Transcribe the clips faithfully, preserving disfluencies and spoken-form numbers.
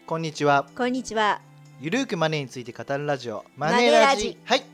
こんにちは。 こんにちは。 ゆるーくマネーについて語るラジオママネラジ。 ネラジはい、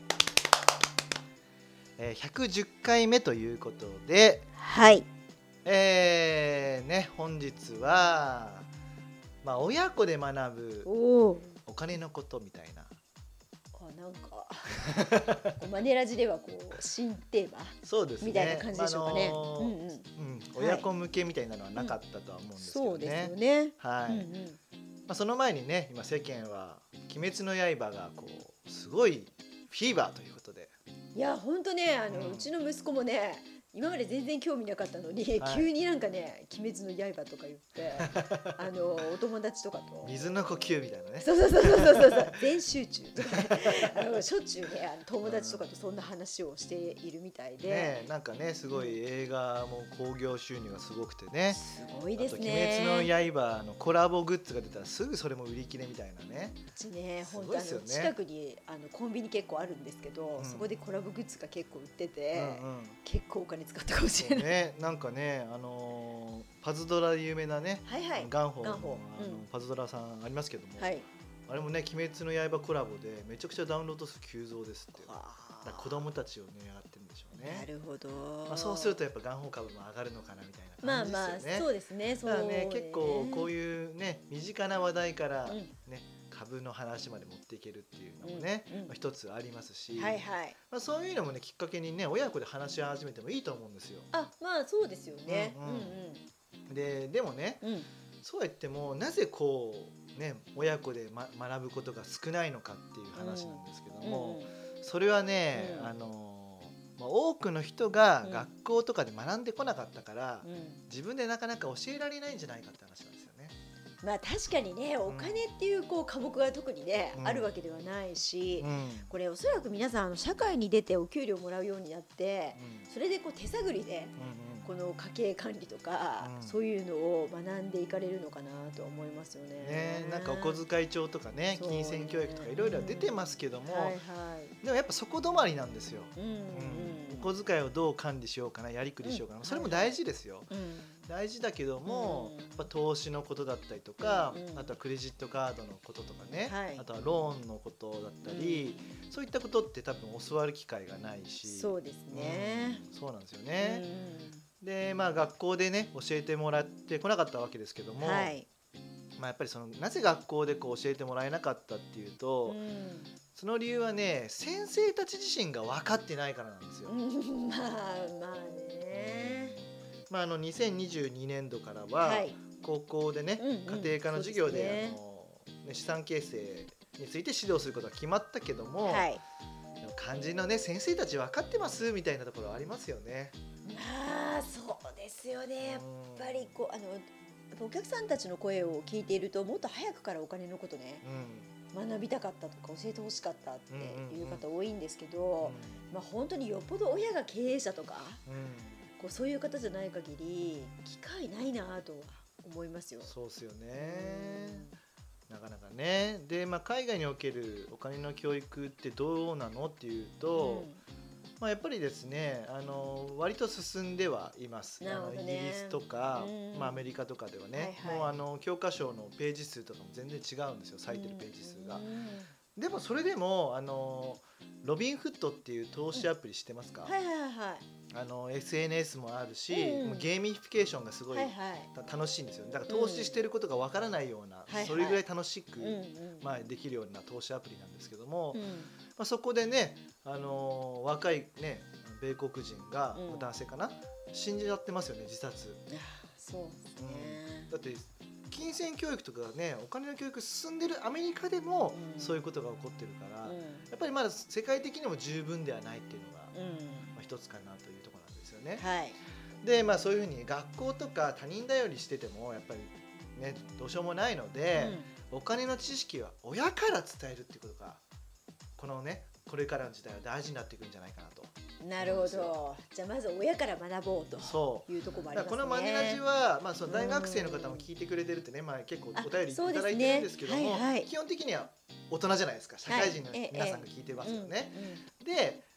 えー、ひゃくじゅっかいめということで、 はい。 えー、ね本日はまあ親子で学ぶおお。 お金のことみたいな。 あ、なんかこうマネラジではこう新テーマそうですね。 みたいな感じでしょうかね。 あのーうんうん。 うん親子向けみたいなのはなかったとは思うんですけどそうですね。 よね。 はい。 うんうん。 まあ、その前にね今世間は鬼滅の刃がこうすごいフィーバーということで、 いや本当ね、あの、 うんうちの息子もね、今まで全然興味なかったのに、 はい急になんかね、鬼滅の刃とか言ってあのお友達とかと水の呼吸みたいなね。 そうそうそうそうそうそう全集中とかねあのしょっちゅうね、あの友達とかとそんな話をしているみたいで、 ね、なんかねすごい映画も興行収入がすごくてね、 すごいですあとね。 鬼滅の刃のコラボグッズが出たらすぐそれも売り切れみたいなね。 うちね、 す本当あのごいですよね近くにあのコンビニ結構あるんですけど、 うんそこでコラボグッズが結構売ってうて、 んうん結構お金使ったかもしそうれない。 ね、なんかね、あのーパズドラで有名なね、 はいはい。 ガンホーのガンホーあのうんパズドラさんありますけども、 はい。 あれもね鬼滅の刃コラボでめちゃくちゃダウンロード数急増ですって。だかあら子供たちを狙ってるんでしょうーなね。 るほど。 まあ、そうするとやっぱガンホー株も上がるのかなみたいまあな感じですよね。 まあそうですね。そうだからね結構こうういうね身近な話題からうんね、株の話まで持っていけるっていうのもね、 うんうんまあ、一つありますし、 はいはい。 まあ、そういうのもねきっかけにね親子で話し始めてもいいと思うんですよ。 あ、まあそうですよね。 うんううんんででもねうんうん。 そうやってもなぜこうね親子で、ま、学ぶことが少ないのかっていう話なんですけども、それはね、 うんあのまあ、多くの人がうん学校とかで学んでこなかったから、 うんうん。 自分でなかなか教えられないんじゃないかって話なんですよね。 まあ確かにね、お金っていうこう科目が特にね、 うんあるわけではないし、 うんこれおそらく皆さんあの社会に出てお給料もらうようになって、 うんそれでこう手探りでうんこの家計管理とか、 うんそういうのを学んでいかれるのかなと思いますよね。 ね、なんかお小遣い帳とかねそうね金銭教育とかいろいろ出てますけども、 はいはい。 でもやっぱそこ止まりなんですよ。 うんうんうんお小遣いをどう管理しようかなやりくりしようかな、 うんそれも大事ですよ。 うん大事だけども、 うんやっぱ投資のことだったりとか、 うんあとはクレジットカードのこととかね、 はいあとはローンのことだったり、そういったことって多分教わる機会がないし、 そうですね。 うんそうなんですようね。 んでまあ学校でね教えてもらってこなかったわけですけども、 はい。 まあ、やっぱりそのなぜ学校でこう教えてもらえなかったっていうと、 うんその理由はね先生たち自身が分かってないからなんですよ。 うんまあまあね。 まあ、あのにせんにじゅうにねんどからははい。 高校でね、 うんうん家庭科の授業でそうですねあのね資産形成について指導することが決まったけども、 はい。 でも肝心のね先生たち分かってますみたいなところありますよね。 まあそうですよね。やっうんぱりこうあのやっぱお客さんたちの声を聞いていると、もっと早くからお金のことねうん学びたかったとか教えてほしかったっていう方うん多いんですけど、まあ本当によっぽど親が経営者とかうんうんこうそういう方じゃない限り機会ないなとは思いますよ。 そうっすよね。なかなかね。で、まあ、海外におけるお金の教育ってどうなのっていうと、まあ、やっぱりですねあの割と進んではいます。 なるほどねあのイギリスとか、 うんまあ、アメリカとかではね、 はいはいもうあの教科書のページ数とかも全然違うんですよ、割いてるページ数が。 うんでもそれでもあのロビンフットっていう投資アプリ知ってますか？ はいはいはいあの エスエヌエス もあるし、 うんもうゲーミフィケーションがすごいはいはいた楽しいんですよ。だから投資してることがわからないような、 はいはいそれぐらい楽しく、 うんうんまあ、できるような投資アプリなんですけども、 うんまあ、そこでね、あのー若いね米国人が、 うん男性かな死んじゃってますよね、自殺。 いやそうですね。 だって金銭教育とかねお金の教育進んでるアメリカでも、 うんそういうことが起こってるから、 うんやっぱりまだ世界的にも十分ではないっていうのが、 うんまあ、一つかなというところなんですよね。 はいでまあそういうふうに学校とか他人頼りしててもやっぱりねどうしようもないので、お金の知識は親から伝えるっていうことがこのねこれからの時代は大事になってくるんじゃないかなと。 うんなるほど。じゃあまず親から学ぼうとそういうところもありだかますね。 らこのマネラジは、まあ、その大学生の方も聞いてくれてるってね、まあ、結構お便りいあただいてるんですけども、 そうですねはいはい基本的には大人じゃないですか、社会人のはい皆さんが聞いてますよね。 うんうんで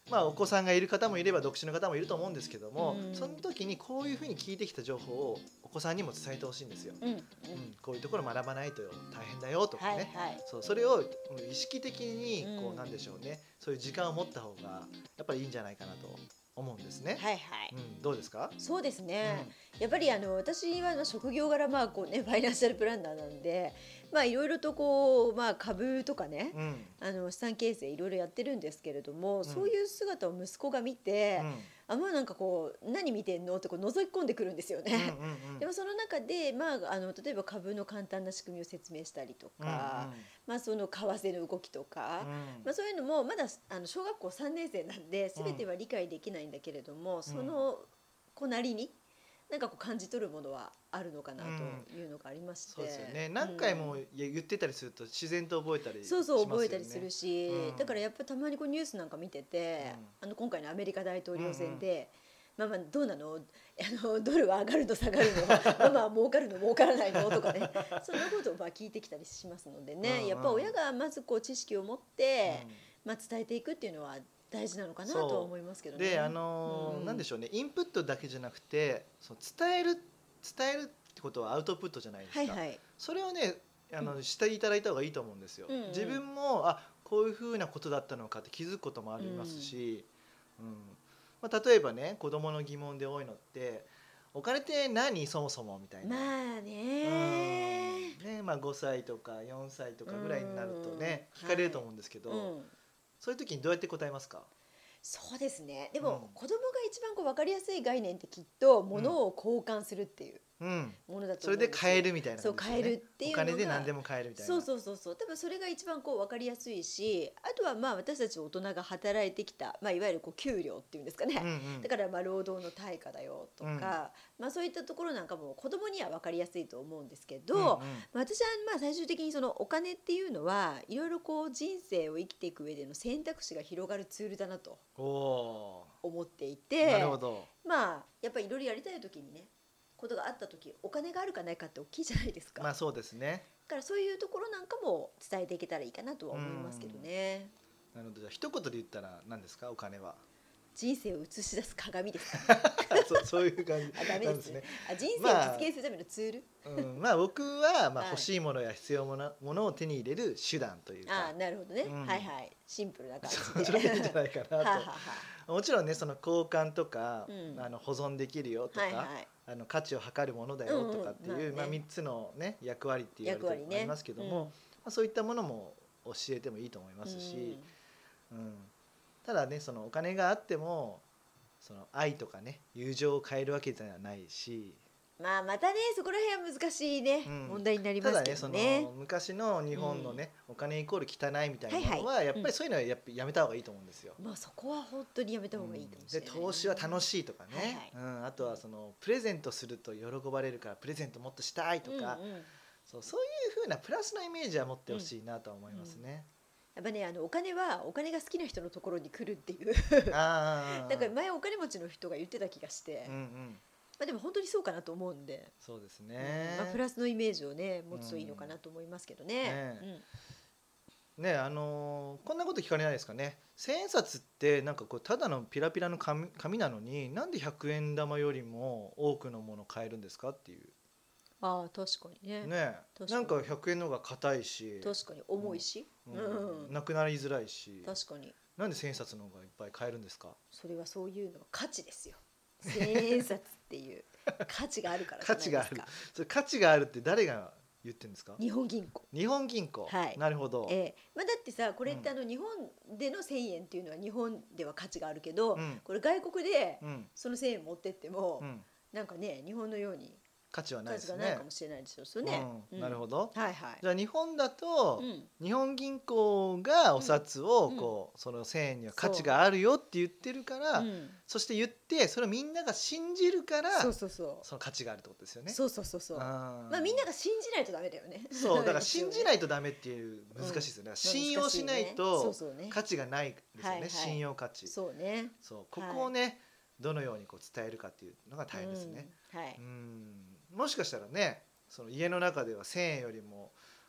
まあ、お子さんがいる方もいれば独身の方もいると思うんですけども、 うんその時にこういうふうに聞いてきた情報をお子さんにも伝えてほしいんですよ、 うんうんうん、こういうところ学ばないと大変だよとかね、 はいはいそうそれを意識的にこうんうなんでしょうね、そういう時間を持った方がやっぱりいいんじゃないかなと思うんですね、 はいはい、 うん、どうですか？ そうですね、やっぱりあの私はまあ職業柄まあこうねファイナンシャルプランナーなんでまあいろいろとこうまあ株とかね、 うんうんあの資産形成いろいろやってるんですけれども、 んそういう姿を息子が見て、 うんあまあなんかこう何見てんのってこう覗き込んでくるんですよね。 うんうんうんでもその中で、まあ、あの例えば株の簡単な仕組みを説明したりとうんか、まあ、その為替の動きとか、 うんまあ、そういうのもまだあの小学校さんねん生なんでうん全ては理解できないんだけれども、 うんその子なりになんかこう感じ取るものはあるのかなというのがありまして、 そうですよね、何回もうん言ってたりすると自然と覚えたりしますよね。 そうそう覚えたりするし、 うんだからやっぱたまにこうニュースなんか見てて、あの今回のアメリカ大統領選で、ママどうなの、あのドルは上がるの下がるのママは儲かるの儲からないのとかねそんなことをまあ聞いてきたりしますのでね、 うんうんやっぱ親がまずこう知識を持って、まあ、伝えていくっていうのは大事なのかなとは思いますけどね。 であのーうんなんでしょうね、インプットだけじゃなくてその伝える伝えるってことはアウトプットじゃないですか、 はいはい、 それをねあのしていただいた方がいいと思うんですよ、 うんうん自分もあこういうふうなことだったのかって気づくこともありますし、うんまあ、例えばね子どもの疑問で多いのってお金って何そもそもみたいな、 まあうんねねまあ、ごさいとかよんさいとかぐらいになるとねうん聞かれると思うんですけど、 うんそういう時にどうやって答えますか？ そうですね。でうんも、子供が一番こう分かりやすい概念ってきっと物を交換するっていううん、 ものだとそれで思うんですよ。 買えるみたいなそう感じですよね。 買えるっていうのがお金で何でも買えるみたいな。 そうそうそうそう。多分それが一番こう分かりやすいし、あとはまあ私たち大人が働いてきた、まあいわゆるこう給料っていうんですかね。 うんうんだからまあ労働の対価だよとか、 うんまあそういったところなんかも子供には分かりやすいと思うんですけど、 うんうんまあ私はまあ最終的にそのお金っていうのはいろいろこう人生を生きていく上での選択肢が広がるツールだなとお思っていーて、 なるほど。 まあやっぱりいろいろやりたい時にねことがあった時お金があるかないかって大きいじゃないですか、 まあそうですね。 だからそういうところなんかも伝えていけたらいいかなとは思いますけどね。 なるほど。じゃあ一言で言ったら何ですか？お金は。 人生を映し出す鏡ですかそうそういう感じあダメでねなんですすね。 あ人生まあを実現するためのツール、 うん、まあ僕はまあはい欲しいものや必要なものを手に入れる手段というあか、 なるほどね、 うんはいはいシンプルな感そじれででいいんじゃないかはあはなあはと。もちろんねその交換とか、 うんあの保存できるよとか、 はいはいあの価値を測るものだよとかっていう、 うんうんまあねまあ三つのね役割って言われ役割ねてありますけども、まあ、そういったものも教えてもいいと思いますし、うんただねそのお金があってもその愛とかね友情を変えるわけじゃないし、 うんまあまたねそこら辺は難しいね、 うん問題になりますけただねそどねの昔の日本のね、お金イコール汚いみたいなものは、 はいはいやっぱりそういうのはやっぱやめた方がいいと思うんですよ。 まあそこは本当にやめた方がいいかもしれない、 で投資は楽しいとかね、 はいうん、あとはそのプレゼントすると喜ばれるからプレゼントもっとしたいとか、 うんうんそうそういう風なプラスのイメージは持ってほしいなとは思いますね。 やっぱねあのお金はお金が好きな人のところに来るっていうああだから前お金持ちの人が言ってた気がして、 うんうん、 まあでも本当にそうかなと思うんで、 そうですね。 まあ、プラスのイメージをね持つといいのかなと思いますけどね。 ねうんねあのーこんなこと聞かれないですかね。千円札ってなんかこうただのピラピラの紙紙なのになんでひゃくえん玉よりも多くのものを買えるんですかっていうああ確かにねね確かになんかひゃくえんの方が硬いし、 確かに重いし、 ううんんなくなりづらいし、 確かになんで千円札の方がいっぱい買えるんですか？ それはそういうのは価値ですよ。千円札っていう価値があるからじゃないですか。 価値がある。それ価値があるって誰が言ってんですか？ 日本銀行。 日本銀行、 はいなるほど、 ええまあ、だってさこれってあの日本でのせんえんっていうのは日本では価値があるけど、 うんこれ外国でうんそのせんえん持ってっても、 うん、 なんかね日本のように価値はない価ですね。 値がないかもしれないですよね。 うん、なるほど。 はいはい。 じゃあ日本だと、 うん日本銀行がお札をこう、そのせんえんには価値があるよって言ってるから、 うんそして言ってそれをみんなが信じるからそうそうそう。 その価値があるってことですよね。 そうそうそうそう。 あーまあみんなが信じないとダメだよね。 そうだから信じいないとダメっていう難しいですよね。だから信用しないそうとそうね。 価値がないですよね、 はいはい信用価値。 そうね。 そうここをね、どのようにこう伝えるかっていうのが大変ですね。 うんはい。 うんもしかしたらねその家の中ではせんえんよりも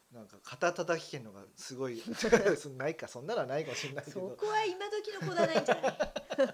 なんか肩叩き券のがすごいそないか、そんなのはないかもしれないけそど、 こは今時の子じゃないんじゃない？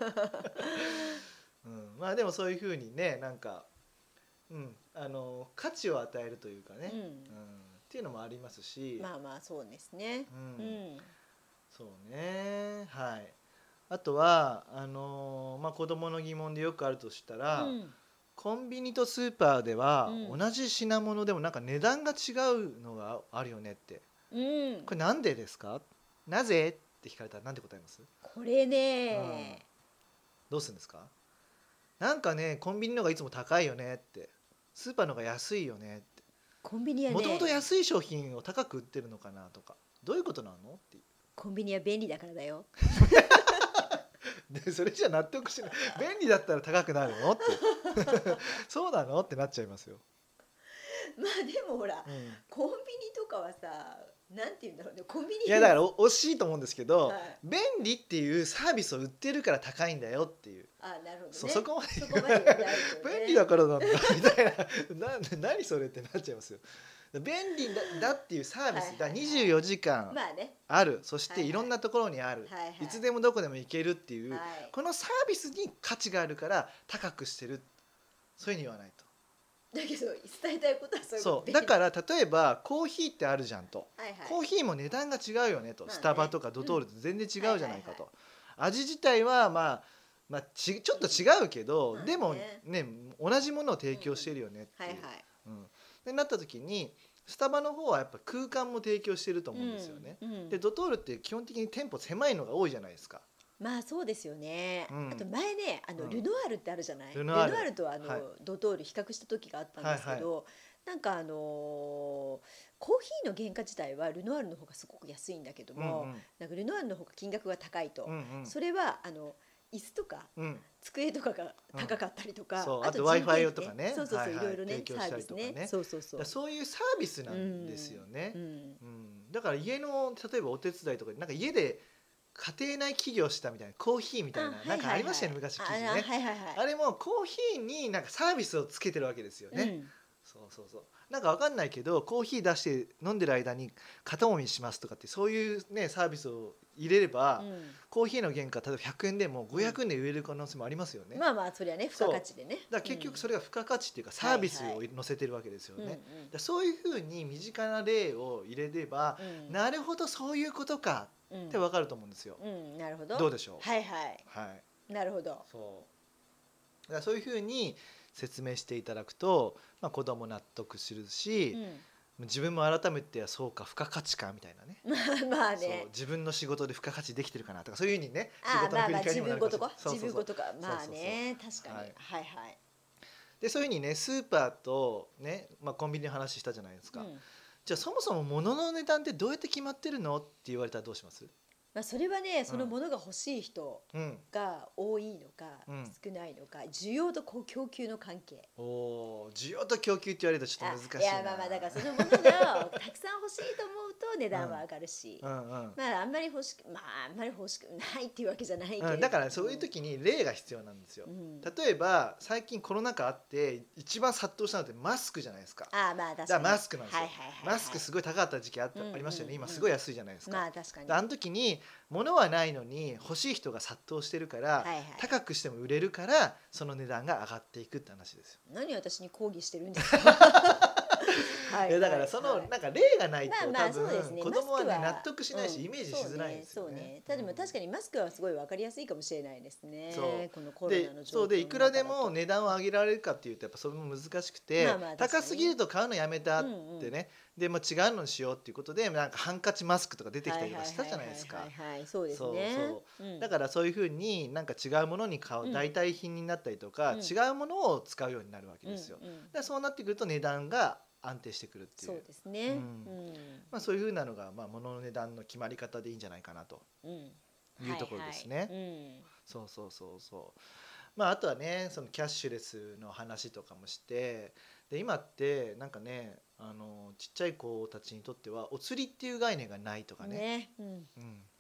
うん、まあでもそういうふうにね、なんか、うん、あの価値を与えるというかね、 うんうん、っていうのもありますし、 まあまあそうですね。 ううんんそうね、はい。あとはあのまあ子供の疑問でよくあるとしたら、 うんコンビニとスーパーではうん同じ品物でもなんか値段が違うのがあるよねって、 うんこれなんでですか、なぜって聞かれたらなんて答えます？ これうん、 ね、 どうするんですか？なんかね、コンビニの方がいつも高いよねって、スーパーの方が安いよねって、 コンビニはもともとね、 安い商品を高く売ってるのかなとか、どういうことなのっていう。 コンビニは便利だからだよ。 でそれじゃ納得しない。便利だったら高くなるのってそうなのってなっちゃいますよ、 まあでもほら、 うん、 コンビニとかはさ、なんて言うんだろうね、コンビニいやだからお惜しいと思うんですけど、 はい、 便利っていうサービスを売ってるから高いんだよっていう、 あ、なるほどね。 そそこまでそこまで言わないとね。 便利だからなんだみたいなな何それってなっちゃいますよ。便利だ、だっていうサービスがにじゅうよじかんまあね、 ある、そしはいはいていろんなところにある、 はいはいいつでもどこでも行けるっていう、 はい。 このサービスに価値があるから高くしてる、そういうふうに言わないと。 だけど伝えたいことはそういうことそうだから例えばコーヒーってあるじゃんと、 ら、はいはい、 コーヒーも値段が違うよねと、 まあねスタバとかドトールと全然違うじゃないかと、 うん味自体はまあ、まあ、ちちょっと違うけど、 うんまあねでもね同じものを提供してるよねっていう、 はいはい、 うんでなった時にスタバの方はやっぱ空間も提供してると思うんですよね、 うんうんでドトールって基本的に店舗狭いのが多いじゃないですか。 まあそうですよね、 うんあと前ねあの、 うんルノワールってあるじゃない、ルノルノワールワールとあの、 はいドトール比較した時があったんですけど、なんかあのーコーヒーの原価自体はルノワールの方がすごく安いんだけども、 うんうんなんかルノワールの方が金額が高いと、 うんうんそれはあの椅子とかうん机とかが高かったりとか、 そうあと人件 Wi-Fi 費とかねそうそうそう、 はいはいいろいろね提供したサービスりとかねね、そうそうそう、 だそういうサービスなんですよね、 うんうんだから家の例えばお手伝いとかなんか家で家庭内起業したみたいなコーヒーみたいな、 あなんかありましたよね、 はいはいはい昔記事ね、 あはいはいはいあれもコーヒーになんかサービスをつけてるわけですよね、 うんそうそうそうなんかわかんないけどコーヒー出して飲んでる間に肩もみしますとかってそういうねサービスを入れれば、 うんコーヒーの原価例えばひゃくえんでもごひゃくえんで売れる可能性もありますよね、 まあまあそりゃね付加価値でね、 だから結局それが付加価値っていうかサービスを載せてるわけですよね、 うんうんだからそういうふうに身近な例を入れれば、 うんなるほどそういうことかうんってわかると思うんですよ、 うん、なるほど。 どうでしょう、 はいはい。 はい、 なるほど。 そうだからそういうふうに説明していただくと、まあ、子供納得するし、 う自分も改めてそうか付加価値かみたいなね、 ん、まあまあそうね。 自分の仕事で付加価値できてるかなとかそういうふうにね仕ああ事の振りまあまあ自返りにもなるかもしれ分ごとかないそうそうそう自分ごとかまあそうそうね確かに、 ははいい、はいでそういうふうにねスーパーとね、まあ、コンビニの話したじゃないですか、 うんじゃあそもそも物の値段ってどうやって決まってるのって言われたらどうします？ まあそれはねそのものが欲しい人うんが多いのか、 うん少ないのか需要とこう供給の関係。 おー需要と供給って言われるとちょっと難しいな。 あいやまあまあだからそのものがたくさん欲しいと思うと値段は上がるし、 うんうんまああんまり欲しくまああんまり欲しくないっていうわけじゃないけれども、 うん、だからそういう時に例が必要なんですよ、 うん例えば最近コロナ禍あって一番殺到したのってマスクじゃないですか。 ああまあ確かにだからマスクなんですよ、 はいはいはいはい、 マスクすごい高かった時期あった、 うんうんうんありましたよね。今すごい安いじゃないですか、 まあ確かにであの時に物はないのに欲しい人が殺到してるから、 はいはい高くしても売れるからその値段が上がっていくって話ですよ。 何私に抗議してるんですかはいやだからそのはいなんか例がないとまあまあ多そうですね分子供はねマスクは納得しないしイメージしづらいんですよね。 そうねそうねただでも確かにマスクはすごい分かりやすいかもしれないですね、 そうこのコロナの状況の中だとでそうでいくらでも値段を上げられるかっていうとやっぱそれも難しくて、 まあまあ確かに高すぎると買うのやめたってね、 うんうんでまあ、違うのにしようっていうことでなんかハンカチマスクとか出てきたりとかしたじゃないですか。 はいはいはいはいはいそうですねそううんだからそういうふうになんか違うものに買う、 うん代替品になったりとか、 うん違うものを使うようになるわけですよ。 うんうんだからそうなってくると値段が安定してくるっていうそうですねうんうんまあ、そういうふうなのが、まあ、物の値段の決まり方でいいんじゃないかなとうんいうところですね。 はいはいうんそうそうそうそう。まああとはねそのキャッシュレスの話とかもしてで今ってなんかねあのちっちゃい子たちにとってはお釣りっていう概念がないとかね。 ねうんうん、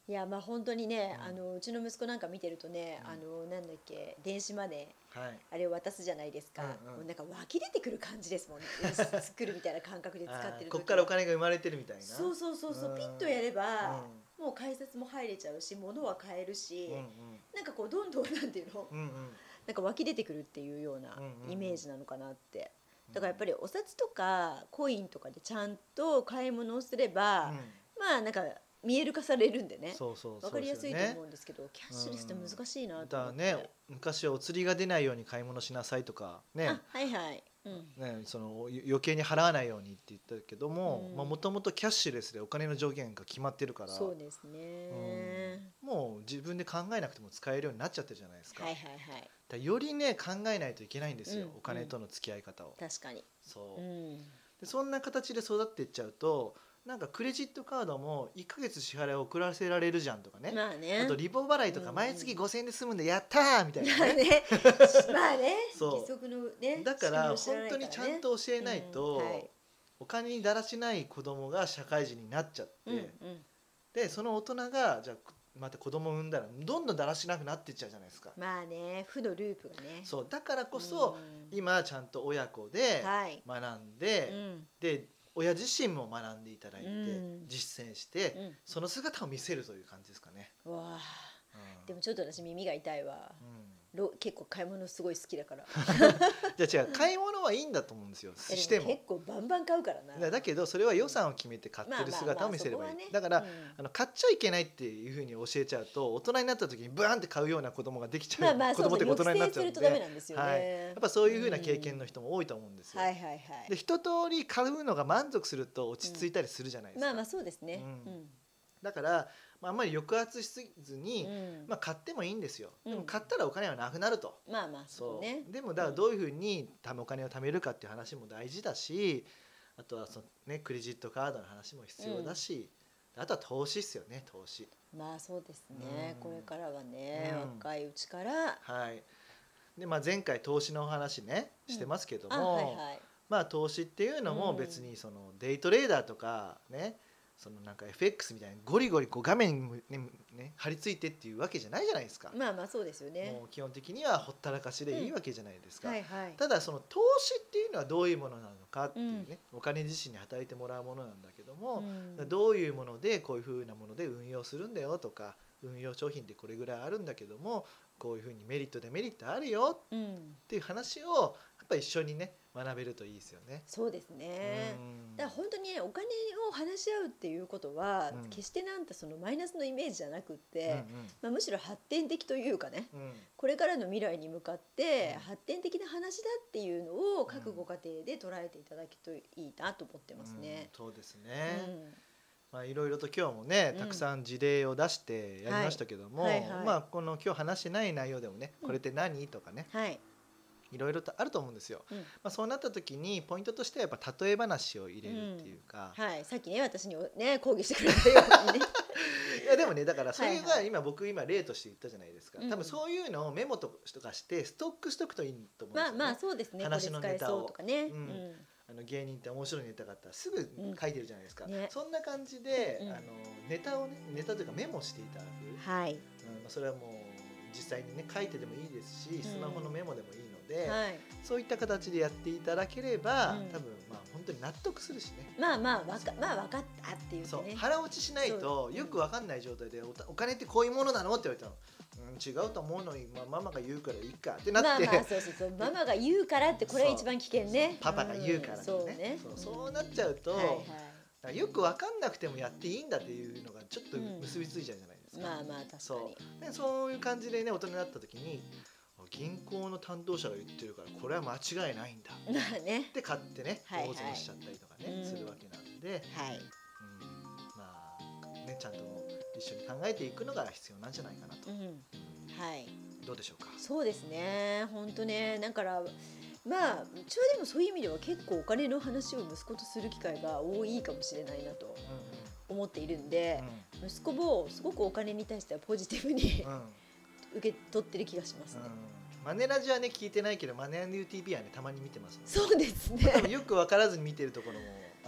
いやまあ本当にね、 うんあのうちの息子なんか見てるとね、 うん、 あのなんだっけ電子マネーはい、 あれを渡すじゃないですか、 うんうんもうなんか湧き出てくる感じですもんね作るみたいな感覚で使ってる時はあーこっからお金が生まれてるみたいな。 そうそうそうそう、 んピッとやれば、 うもう改札も入れちゃうし物は買えるし、 んうんなんかこうどんどんなんていうの、 うんうんなんか湧き出てくるっていうようなうんうんうんイメージなのかなって。だからやっぱりお札とかコインとかでちゃんと買い物をすれば、 うん、 まあなんか見える化されるんでね、 そうそうわかりやすいと思うんですけど、キャッシュレスって難しいなと思って。 だからね、昔はお釣りが出ないように買い物しなさいとかね、 あ、はいはい、うん、 ね、その余計に払わないようにって言ったけども、 うんまあ、もともとキャッシュレスでお金の上限が決まってるから、 そうですね、 うん、もう自分で考えなくても使えるようになっちゃってるじゃないですか。 はいはいはい、 だからよりね考えないといけないんですよ、 うんお金との付き合い方を。 確かに、 そう、 うんでそんな形で育っていっちゃうと、なんかクレジットカードもいっかげつ支払いを遅らせられるじゃんとかね、 まあね、 あとリボ払いとかうん毎月ごせんえんで済むんでやったーみたいなね、 まあねまあねそう義足のねだから仕組みを知らないからね本当にちゃんと教えないと、 うんはい、 お金にだらしない子供が社会人になっちゃって、 うんうん、 でその大人がじゃあまた子供を産んだらどんどんだらしなくなっていっちゃうじゃないですか。 まあね負のループがね、 そうだからこそ、 うん今ちゃんと親子ではい学んで、 うんで親自身も学んでいただいて、 うん実践して、 うんその姿を見せるという感じですかね。 うわあうんでもちょっと私耳が痛いわ、 うんろ結構買い物すごい好きだからじゃあ違う買い物はいいんだと思うんですよえでしても。 結構バンバン買うからな。 だだけどそれは予算を決めて買ってる姿を見せればいい、 まあまあまあそだから、 こはねあの買っちゃいけないっていうふうに教えちゃうと大人になった時にブーンって買うような子供ができちゃう、 まあまあ子供って大人になっちゃうの抑制するとダメで、 なんですよね、 はい、やっぱそういうふうな経験の人も多いと思うんですよ、 はいはいはいで一通り買うのが満足すると落ち着いたりするじゃないですか、 まあまあそうですね、 ううんんだから、まあ、あんまり抑圧しすぎずに、 うんまあ、買ってもいいんですよ、 うんでも買ったらお金はなくなると、 まあまあそそううねでもだからどういうふうにたお金を貯めるかっていう話も大事だし、あとはその、ね、クレジットカードの話も必要だし、あとは投資っすよね、投資。 まあそうですね、 うんこれからはね、 うん若いうちからはいでまあ、前回投資のお話ねしてますけども、 あはいはいまあ、投資っていうのも別にそのデイトレーダーとかね、そのなんか エフエックス みたいにゴリゴリこう画面に、ねね、張り付いてっていうわけじゃないじゃないですか、 まあまあそうですよねもう基本的にはほったらかしでいいわけじゃないですか、 はいはいただその投資っていうのはどういうものなのかっていうね、お金自身に働いてもらうものなんだけども、 うんどういうものでこういうふうなもので運用するんだよとか、運用商品ってこれぐらいあるんだけどもこういうふうにメリットデメリットあるようんっていう話をやっぱ一緒にね学べるといいですよね。 そうですね、 うんだから本当にねお金を話し合うっていうことは、 うん決してなんてそのマイナスのイメージじゃなくっうんて、まあ、むしろ発展的というかねうんうんこれからの未来に向かってうん発展的な話だっていうのを各ご家庭で捉えていただけるといいなと思ってますねうん。そうですうね、 んまあ、いろいろと今日もねうんたくさん事例を出してやりましたけども、 はいはいはいまあ、この今日話してない内容でもね、 うんこれって何とかねはい、 いろいろとあると思うんですよ。 うんまあ、そうなった時にポイントとしてはやっぱ例え話を入れるっていうか、 はい、さっきね私にね抗議してくれたようにねいやでもねだからそれはいはが今僕今例として言ったじゃないですか、 うん多分そういうのをメモとかしてストックしとくといいと思うんですよね。 まあまあそうですねこれ話の使えネタをそうとかね、 うんあの芸人って面白いネタがあったらすぐ書いてるじゃないですか、 うんねそんな感じで、 うんあのネタをねネタというかメモしていただく、 はいうんまあ、それはもう実際にね書いてでもいいですしスマホのメモでもいいので、 はいそういった形でやっていただければ、 うん多分まあ本当に納得するしね。 まあまあわかまあ分かったっていうそうね腹落ちしないそうとよくわかんない状態でおたお金ってこういうものなのって言われたの、うん、違うと思うのに、まあ、ママが言うからいいかってなって、 まあまあそうそうそうママが言うからってこれが一番危険ねパパが言うからんね、 そうねそうそうなっちゃうと、 はいはいよくわかんなくてもやっていいんだっていうのがちょっと結びついちゃうじゃないですか、 まあまあ確かそにうでそういう感じでね大人になった時に銀行の担当者が言ってるからこれは間違いないんだまあねで買ってねはいはい大損しちゃったりとかね、 うんするわけなんで、 はいうん、まあねちゃんと一緒に考えていくのが必要なんじゃないかなと、 うんはいどうでしょうか。 そうですね本当ねだからまあうちはでもそういう意味では結構お金の話を息子とする機会が多いかもしれないなと思っているんで、息子もすごくお金に対してはポジティブにうんうんうん受け取ってる気がしますね、 マネラジはね聞いてないけどマネー ユーティービー はねたまに見てます、ね、 そうですね多分よく分からずに見てるところもあ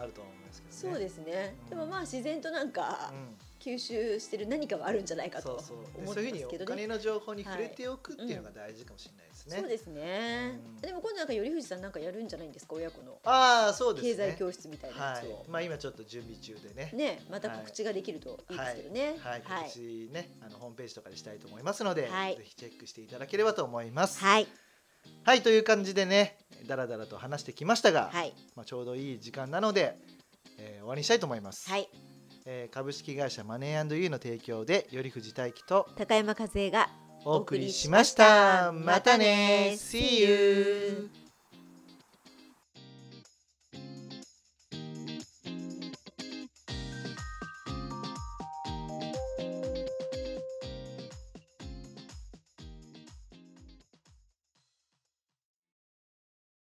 あると思いますけどね。 そうですね、 うん、 でもまあ自然となんか、 うん吸収してる何かはあるんじゃないかと思ってますけどね。 そういうふうにお金の情報に触れておくっていうのが大事かもしれないですね。 そうですね、うん、でも今度なんか頼藤さんなんかやるんじゃないんですか、親子のああそうですね、 経済教室みたいなやつを、 はい、まあ今ちょっと準備中でねね、また告知ができるといいですけどね。 はい、はい、告知ね、あのホームページとかでしたいと思いますので、 はい、 ぜひチェックしていただければと思います。 はい、 はい、という感じでねだらだらと話してきましたが、 はい、 まあ、ちょうどいい時間なので、えー、終わりにしたいと思います。 はい、 えー、株式会社マネー&ユーの提供で頼藤大樹と高山和恵がお送りしました。またね See you